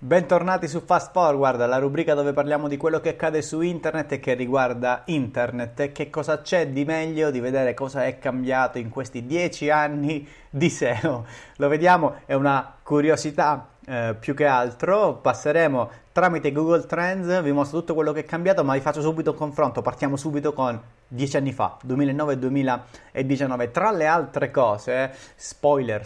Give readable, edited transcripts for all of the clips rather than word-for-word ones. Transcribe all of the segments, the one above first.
Bentornati su Fast Forward, la rubrica dove parliamo di quello che accade su internet e che riguarda internet e che cosa c'è di meglio di vedere cosa è cambiato in questi 10 anni di SEO. Lo vediamo, è una curiosità più che altro. Passeremo tramite Google Trends, vi mostro tutto quello che è cambiato, ma vi faccio subito un confronto. Partiamo subito con 10 anni fa, 2009 e 2019. Tra le altre cose, spoiler,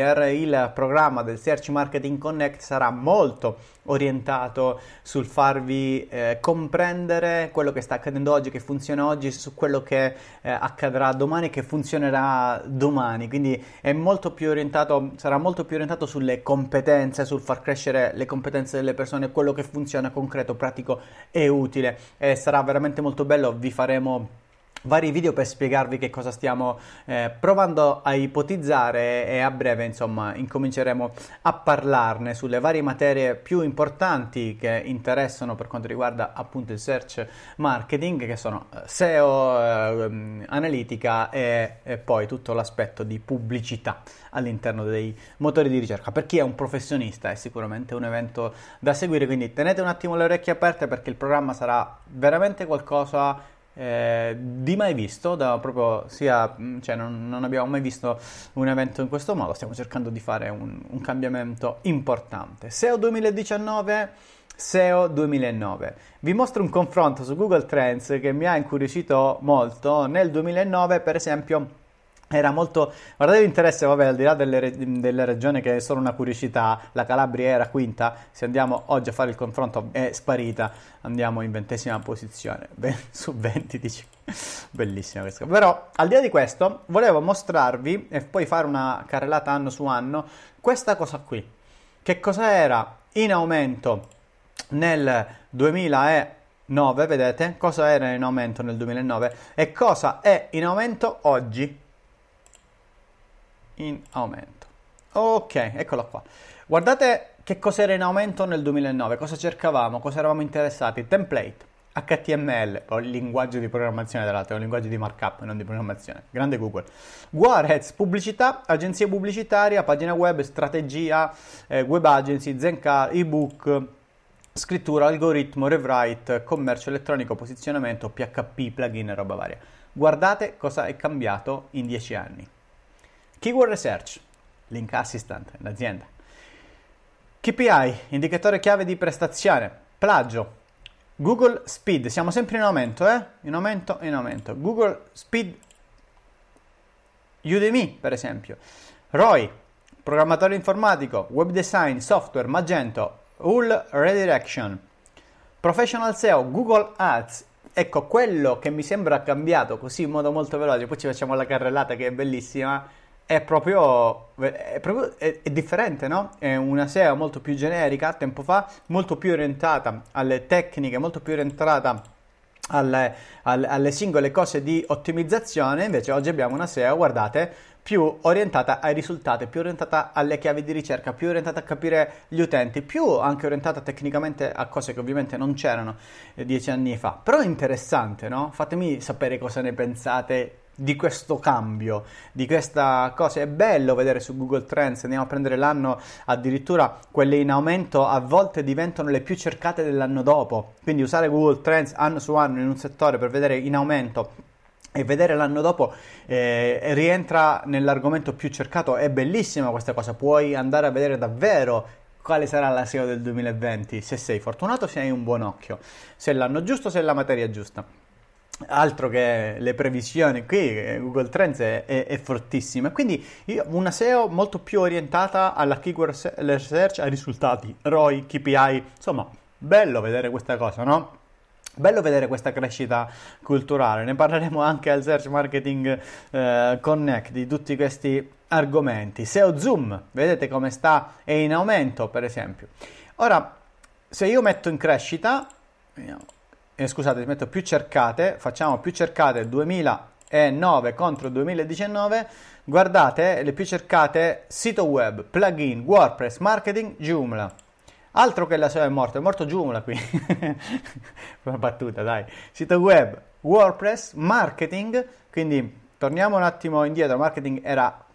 il programma del Search Marketing Connect sarà molto orientato sul farvi comprendere quello che sta accadendo oggi, che funziona oggi, su quello che accadrà domani, che funzionerà domani. Quindi è molto più orientato, sarà molto più orientato sulle competenze, sul far crescere le competenze delle persone, quello che funziona concreto, pratico e utile. E sarà veramente molto bello. Vi faremo vari video per spiegarvi che cosa stiamo provando a ipotizzare e a breve insomma incominceremo a parlarne sulle varie materie più importanti che interessano per quanto riguarda appunto il search marketing, che sono SEO, analitica e poi tutto l'aspetto di pubblicità all'interno dei motori di ricerca. Per chi è un professionista è sicuramente un evento da seguire, quindi tenete un attimo le orecchie aperte perché il programma sarà veramente qualcosa di mai visto, proprio sia, cioè non abbiamo mai visto un evento in questo modo. Stiamo cercando di fare un cambiamento importante. SEO 2019, SEO 2009. Vi mostro un confronto su Google Trends che mi ha incuriosito molto. Nel 2009, per esempio, era molto, guardate l'interesse, vabbè, al di là delle regioni che è solo una curiosità, la Calabria era quinta, se andiamo oggi a fare il confronto è sparita, andiamo in 20ª posizione, su 20 dici, bellissima questa cosa. Però al di là di questo volevo mostrarvi e poi fare una carrellata anno su anno, questa cosa qui, che cosa era in aumento nel 2009, vedete, cosa era in aumento nel 2009 e cosa è in aumento oggi. In aumento. Ok, eccolo qua. Guardate che cosa era in aumento nel 2009, cosa cercavamo, cosa eravamo interessati. Template, HTML, o il linguaggio di programmazione dall'altro, è un linguaggio di markup, non di programmazione. Grande Google. Warheads, pubblicità, agenzia pubblicitaria, pagina web, strategia, web agency, Zencar, ebook, scrittura, algoritmo, rewrite, commercio elettronico, posizionamento, PHP, plugin e roba varia. Guardate cosa è cambiato in 10 anni. Keyword Research, Link Assistant, l'azienda. KPI, indicatore chiave di prestazione, plagio. Google Speed, siamo sempre in aumento, in aumento. Google Speed, Udemy, per esempio. ROI, programmatore informatico, web design, software, Magento, URL Redirection. Professional SEO, Google Ads. Ecco, quello che mi sembra cambiato così in modo molto veloce, poi ci facciamo la carrellata che è bellissima, è differente, no? È una SEO molto più generica, tempo fa, molto più orientata alle tecniche, molto più orientata alle singole cose di ottimizzazione. Invece oggi abbiamo una SEO, guardate, più orientata ai risultati, più orientata alle chiavi di ricerca, più orientata a capire gli utenti, più anche orientata tecnicamente a cose che ovviamente non c'erano 10 anni fa. Però è interessante, no? Fatemi sapere cosa ne pensate di questo cambio, di questa cosa. È bello vedere su Google Trends, andiamo a prendere l'anno, addirittura quelle in aumento a volte diventano le più cercate dell'anno dopo, quindi usare Google Trends anno su anno in un settore per vedere in aumento e vedere l'anno dopo rientra nell'argomento più cercato. È bellissima questa cosa, puoi andare a vedere davvero quale sarà la SEO del 2020, se sei fortunato, se hai un buon occhio, se è l'anno giusto, se è la materia giusta. Altro che le previsioni, qui Google Trends è fortissima, quindi una SEO molto più orientata alla keyword research, ai risultati, ROI, KPI, insomma, bello vedere questa cosa, no? Bello vedere questa crescita culturale. Ne parleremo anche al Search Marketing Connect di tutti questi argomenti. SEO Zoom, vedete come sta, è in aumento per esempio. Ora, se io metto in crescita, vediamo. Scusate, metto più cercate, facciamo più cercate 2009 contro 2019, guardate le più cercate: sito web, plugin, WordPress, marketing, Joomla. Altro che la SEO è morto Joomla qui. Una battuta, dai. Sito web, WordPress, marketing, quindi torniamo un attimo indietro, marketing era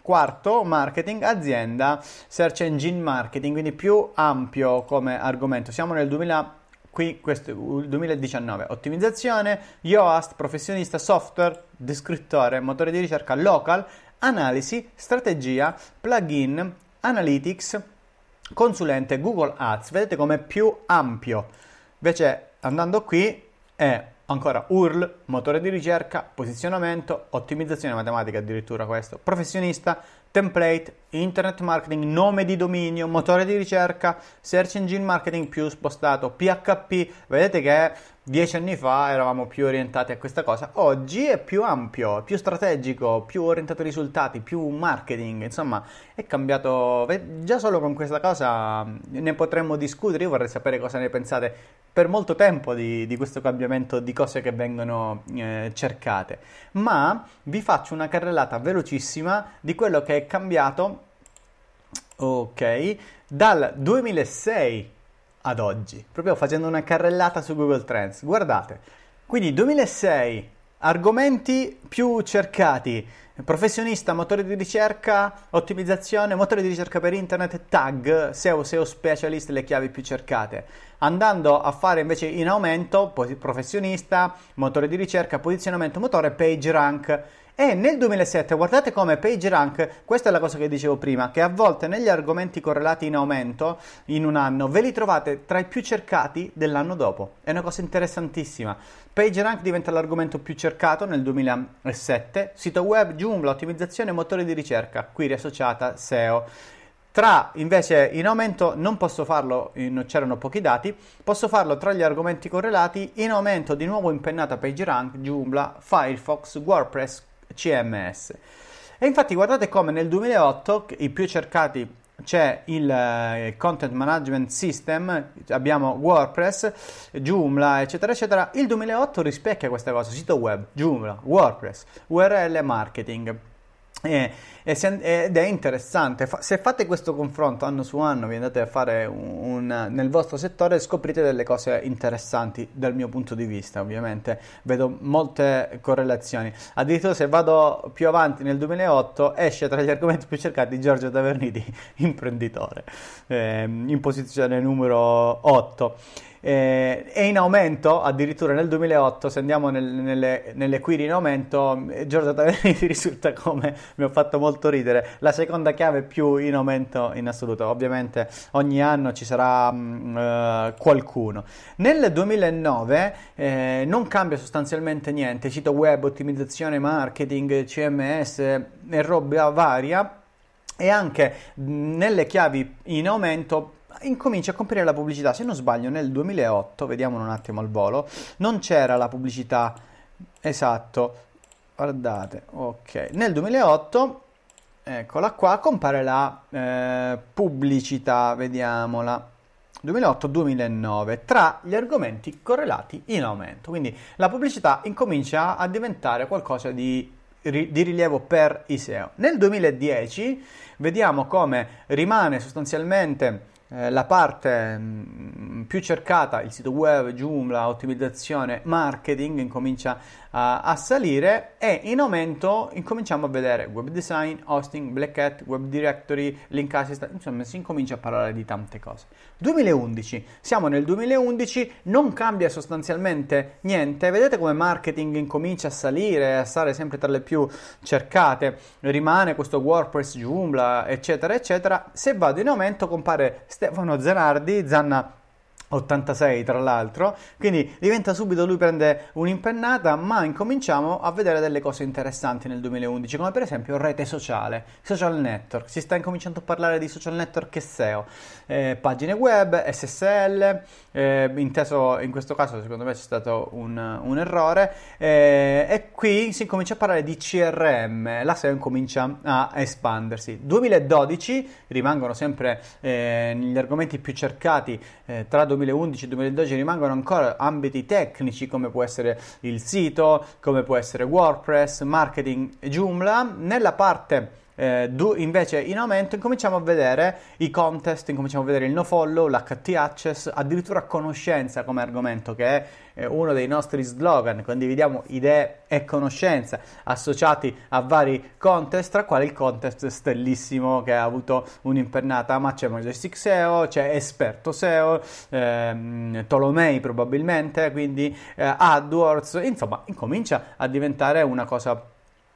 quarto, marketing, azienda, search engine marketing, quindi più ampio come argomento. Siamo nel 2000, qui questo è il 2019. Ottimizzazione, Yoast, professionista, software, descrittore, motore di ricerca, local, analisi, strategia, plugin, analytics, consulente, Google Ads. Vedete com'è più ampio. Invece andando qui è ancora URL, motore di ricerca, posizionamento, ottimizzazione matematica, addirittura questo, professionista, template, internet marketing, nome di dominio, motore di ricerca, search engine marketing più spostato, PHP. Vedete che 10 anni fa eravamo più orientati a questa cosa, oggi è più ampio, più strategico, più orientato ai risultati, più marketing, insomma è cambiato. Già solo con questa cosa ne potremmo discutere. Io vorrei sapere cosa ne pensate per molto tempo di questo cambiamento di cose che vengono cercate, ma vi faccio una carrellata velocissima di quello che è cambiato, ok, dal 2006 ad oggi, proprio facendo una carrellata su Google Trends. Guardate, quindi 2006, argomenti più cercati, professionista, motore di ricerca, ottimizzazione, motore di ricerca per internet, tag, SEO specialist, le chiavi più cercate. Andando a fare invece in aumento, professionista, motore di ricerca, posizionamento, motore, PageRank. E nel 2007, guardate come PageRank, questa è la cosa che dicevo prima, che a volte negli argomenti correlati in aumento in un anno ve li trovate tra i più cercati dell'anno dopo. È una cosa interessantissima. PageRank diventa l'argomento più cercato nel 2007, sito web, Joomla, ottimizzazione, motore di ricerca, qui riassociata SEO. Tra invece in aumento non posso farlo, c'erano pochi dati, posso farlo tra gli argomenti correlati in aumento di nuovo impennata PageRank, Joomla, Firefox, WordPress, CMS. E infatti guardate come nel 2008 i più cercati c'è il Content Management System, abbiamo WordPress, Joomla, eccetera, eccetera. Il 2008 rispecchia questa cosa, sito web, Joomla, WordPress, URL marketing. Ed è interessante. Se fate questo confronto anno su anno, vi andate a fare nel vostro settore, scoprite delle cose interessanti dal mio punto di vista. Ovviamente vedo molte correlazioni. Addirittura se vado più avanti nel 2008 esce tra gli argomenti più cercati Giorgio Taverniti, imprenditore, in posizione numero 8. È in aumento addirittura nel 2008. Se andiamo nelle query in aumento, Giorgio Taverniti risulta, come mi ha fatto molto ridere, la seconda chiave più in aumento in assoluto. Ovviamente ogni anno ci sarà qualcuno. Nel 2009 non cambia sostanzialmente niente, sito web, ottimizzazione, marketing, CMS e roba varia, e anche nelle chiavi in aumento incomincia a comparire la pubblicità. Se non sbaglio nel 2008, vediamo un attimo al volo, non c'era la pubblicità, esatto, guardate, ok, nel 2008, eccola qua, compare la pubblicità, vediamola, 2008-2009, tra gli argomenti correlati in aumento. Quindi la pubblicità incomincia a diventare qualcosa di rilievo per i SEO. Nel 2010 vediamo come rimane sostanzialmente la parte più cercata, il sito web, Joomla, ottimizzazione, marketing, incomincia a salire, e in aumento incominciamo a vedere web design, hosting, Black Hat, web directory, link assistant, insomma si incomincia a parlare di tante cose. 2011, siamo nel 2011, non cambia sostanzialmente niente. Vedete come marketing incomincia a salire, a stare sempre tra le più cercate, rimane questo WordPress, Joomla, eccetera eccetera. Se vado in aumento compare Stefano Zanardi, Zanna 86 tra l'altro, quindi diventa subito, lui prende un'impennata, ma incominciamo a vedere delle cose interessanti nel 2011, come per esempio rete sociale, social network. Si sta incominciando a parlare di social network e SEO, pagine web, SSL, inteso in questo caso secondo me c'è stato un errore, e qui si incomincia a parlare di CRM, la SEO incomincia a espandersi. 2012 rimangono sempre negli argomenti più cercati, tra 2011 e 2012 rimangono ancora ambiti tecnici, come può essere il sito, come può essere WordPress, marketing, Joomla. Nella parte invece in aumento incominciamo a vedere i contest, incominciamo a vedere il nofollow, l'HT access, addirittura conoscenza come argomento, che è uno dei nostri slogan: condividiamo idee e conoscenza, associati a vari contest, tra quali il contest stellissimo che ha avuto un'impennata, ma c'è Majestic SEO, c'è Esperto SEO, Tolomei probabilmente, quindi AdWords, insomma incomincia a diventare una cosa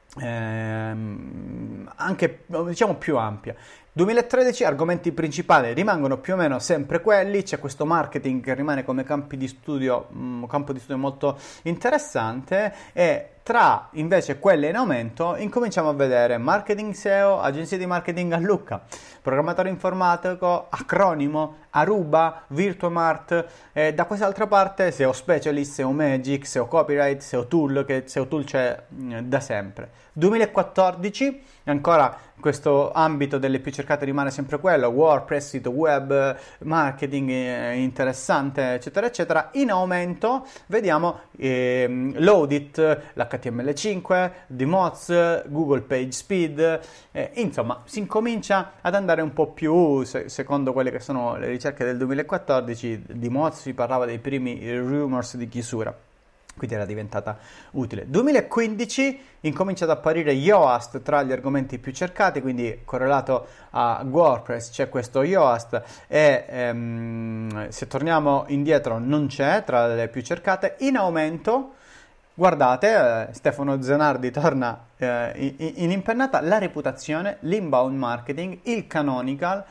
anche diciamo più ampia. 2013 argomenti principali rimangono più o meno sempre quelli, c'è questo marketing che rimane come campo di studio molto interessante, e tra invece quelle in aumento incominciamo a vedere marketing SEO, agenzie di marketing a Lucca, programmatore informatico, Acronimo, Aruba, Virtuamart, da quest'altra parte SEO Specialist, SEO Magic, SEO Copyright, SEO Tool, che SEO Tool c'è da sempre. 2014 ancora questo ambito delle più cercate rimane sempre quello: WordPress, sito web, marketing interessante, eccetera eccetera. In aumento vediamo Loadit, l'HTML5, Dmoz, Google Page Speed, insomma si incomincia ad andare un po' più secondo quelle che sono le ricerche del 2014. Dmoz si parlava dei primi rumors di chiusura, quindi era diventata utile. 2015 incomincia ad apparire Yoast tra gli argomenti più cercati, quindi correlato a WordPress c'è questo Yoast, e se torniamo indietro non c'è tra le più cercate. In aumento, guardate, Stefano Zanardi torna in impennata: la reputazione, l'inbound marketing, il canonical,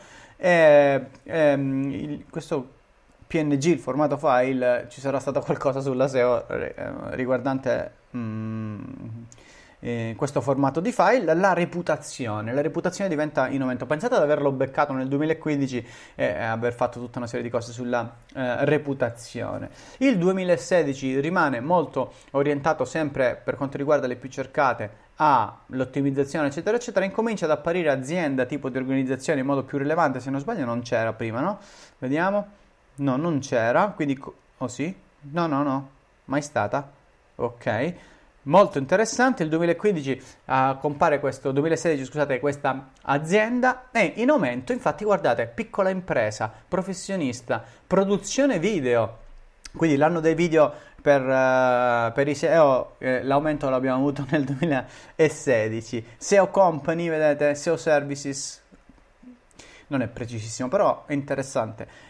questo PNG, il formato file. Ci sarà stato qualcosa sulla SEO riguardante questo formato di file. La reputazione diventa in aumento. Pensate ad averlo beccato nel 2015 e aver fatto tutta una serie di cose sulla reputazione. Il 2016 rimane molto orientato, sempre per quanto riguarda le più cercate, all'ottimizzazione eccetera eccetera. Incomincia ad apparire azienda, tipo di organizzazione in modo più rilevante. Se non sbaglio non c'era prima, no? Vediamo. No, non c'era, quindi... Oh sì? No, mai stata. Ok, molto interessante. Il 2015 compare questo, 2016 scusate, questa azienda è in aumento. Infatti guardate, piccola impresa, professionista, produzione video, quindi l'anno dei video per i SEO, l'aumento l'abbiamo avuto nel 2016. SEO Company, vedete, SEO Services, non è precisissimo, però è interessante.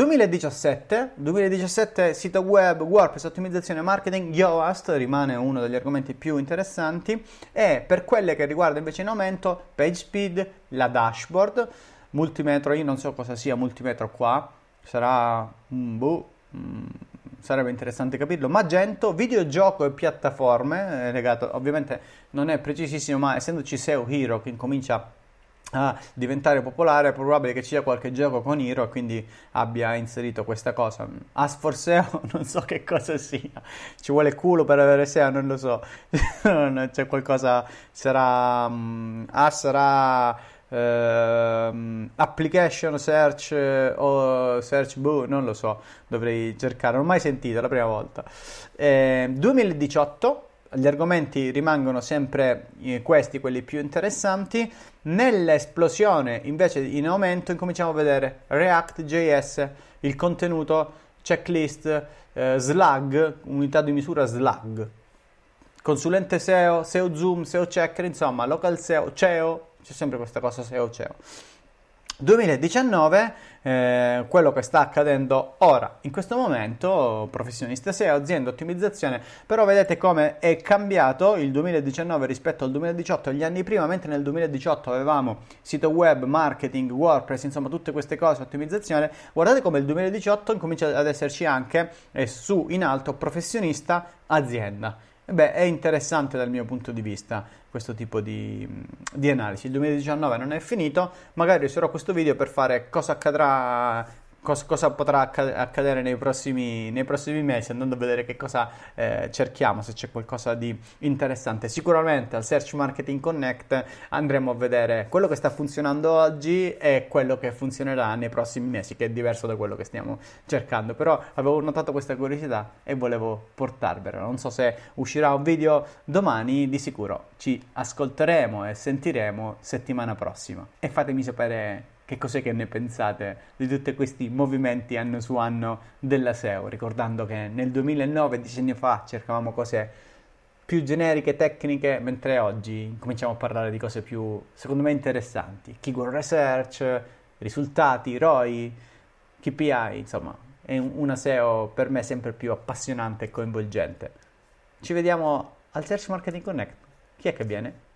2017 sito web, WordPress, ottimizzazione, marketing, Yoast rimane uno degli argomenti più interessanti, e per quelle che riguarda invece in aumento PageSpeed, la dashboard, Multimetro. Io non so cosa sia Multimetro qua, sarà sarebbe interessante capirlo. Magento, videogioco e piattaforme, legato, ovviamente non è precisissimo, ma essendoci SEO Hero che incomincia a diventare popolare, è probabile che ci sia qualche gioco con Hero e quindi abbia inserito questa cosa. As for SEO non so che cosa sia, ci vuole culo per avere SEO, non lo so. C'è qualcosa, sarà application search o search, non lo so, dovrei cercare, non ho mai sentito, è la prima volta. 2018 gli argomenti rimangono sempre questi, quelli più interessanti. Nell'esplosione invece in aumento incominciamo a vedere React.js, il contenuto, checklist, Slug, unità di misura Slug, consulente SEO, SEO Zoom, SEO Checker, insomma local SEO, CEO, c'è sempre questa cosa SEO, CEO. 2019, quello che sta accadendo ora, in questo momento, professionista SEO, azienda, ottimizzazione, però vedete come è cambiato il 2019 rispetto al 2018 e gli anni prima. Mentre nel 2018 avevamo sito web, marketing, WordPress, insomma tutte queste cose, ottimizzazione, guardate come il 2018 incomincia ad esserci anche su in alto professionista, azienda. Beh, è interessante dal mio punto di vista questo tipo di analisi. Il 2019 non è finito, magari userò questo video per fare cosa accadrà cosa potrà accadere nei prossimi mesi, andando a vedere che cosa cerchiamo, se c'è qualcosa di interessante. Sicuramente al Search Marketing Connect andremo a vedere quello che sta funzionando oggi e quello che funzionerà nei prossimi mesi, che è diverso da quello che stiamo cercando. Però avevo notato questa curiosità e volevo portarvela. Non so se uscirà un video domani, di sicuro ci ascolteremo e sentiremo settimana prossima. E fatemi sapere che cos'è che ne pensate di tutti questi movimenti anno su anno della SEO, ricordando che nel 2009, 10 anni fa, cercavamo cose più generiche, tecniche, mentre oggi cominciamo a parlare di cose più, secondo me, interessanti. Keyword research, risultati, ROI, KPI, insomma, è una SEO per me sempre più appassionante e coinvolgente. Ci vediamo al Search Marketing Connect. Chi è che viene?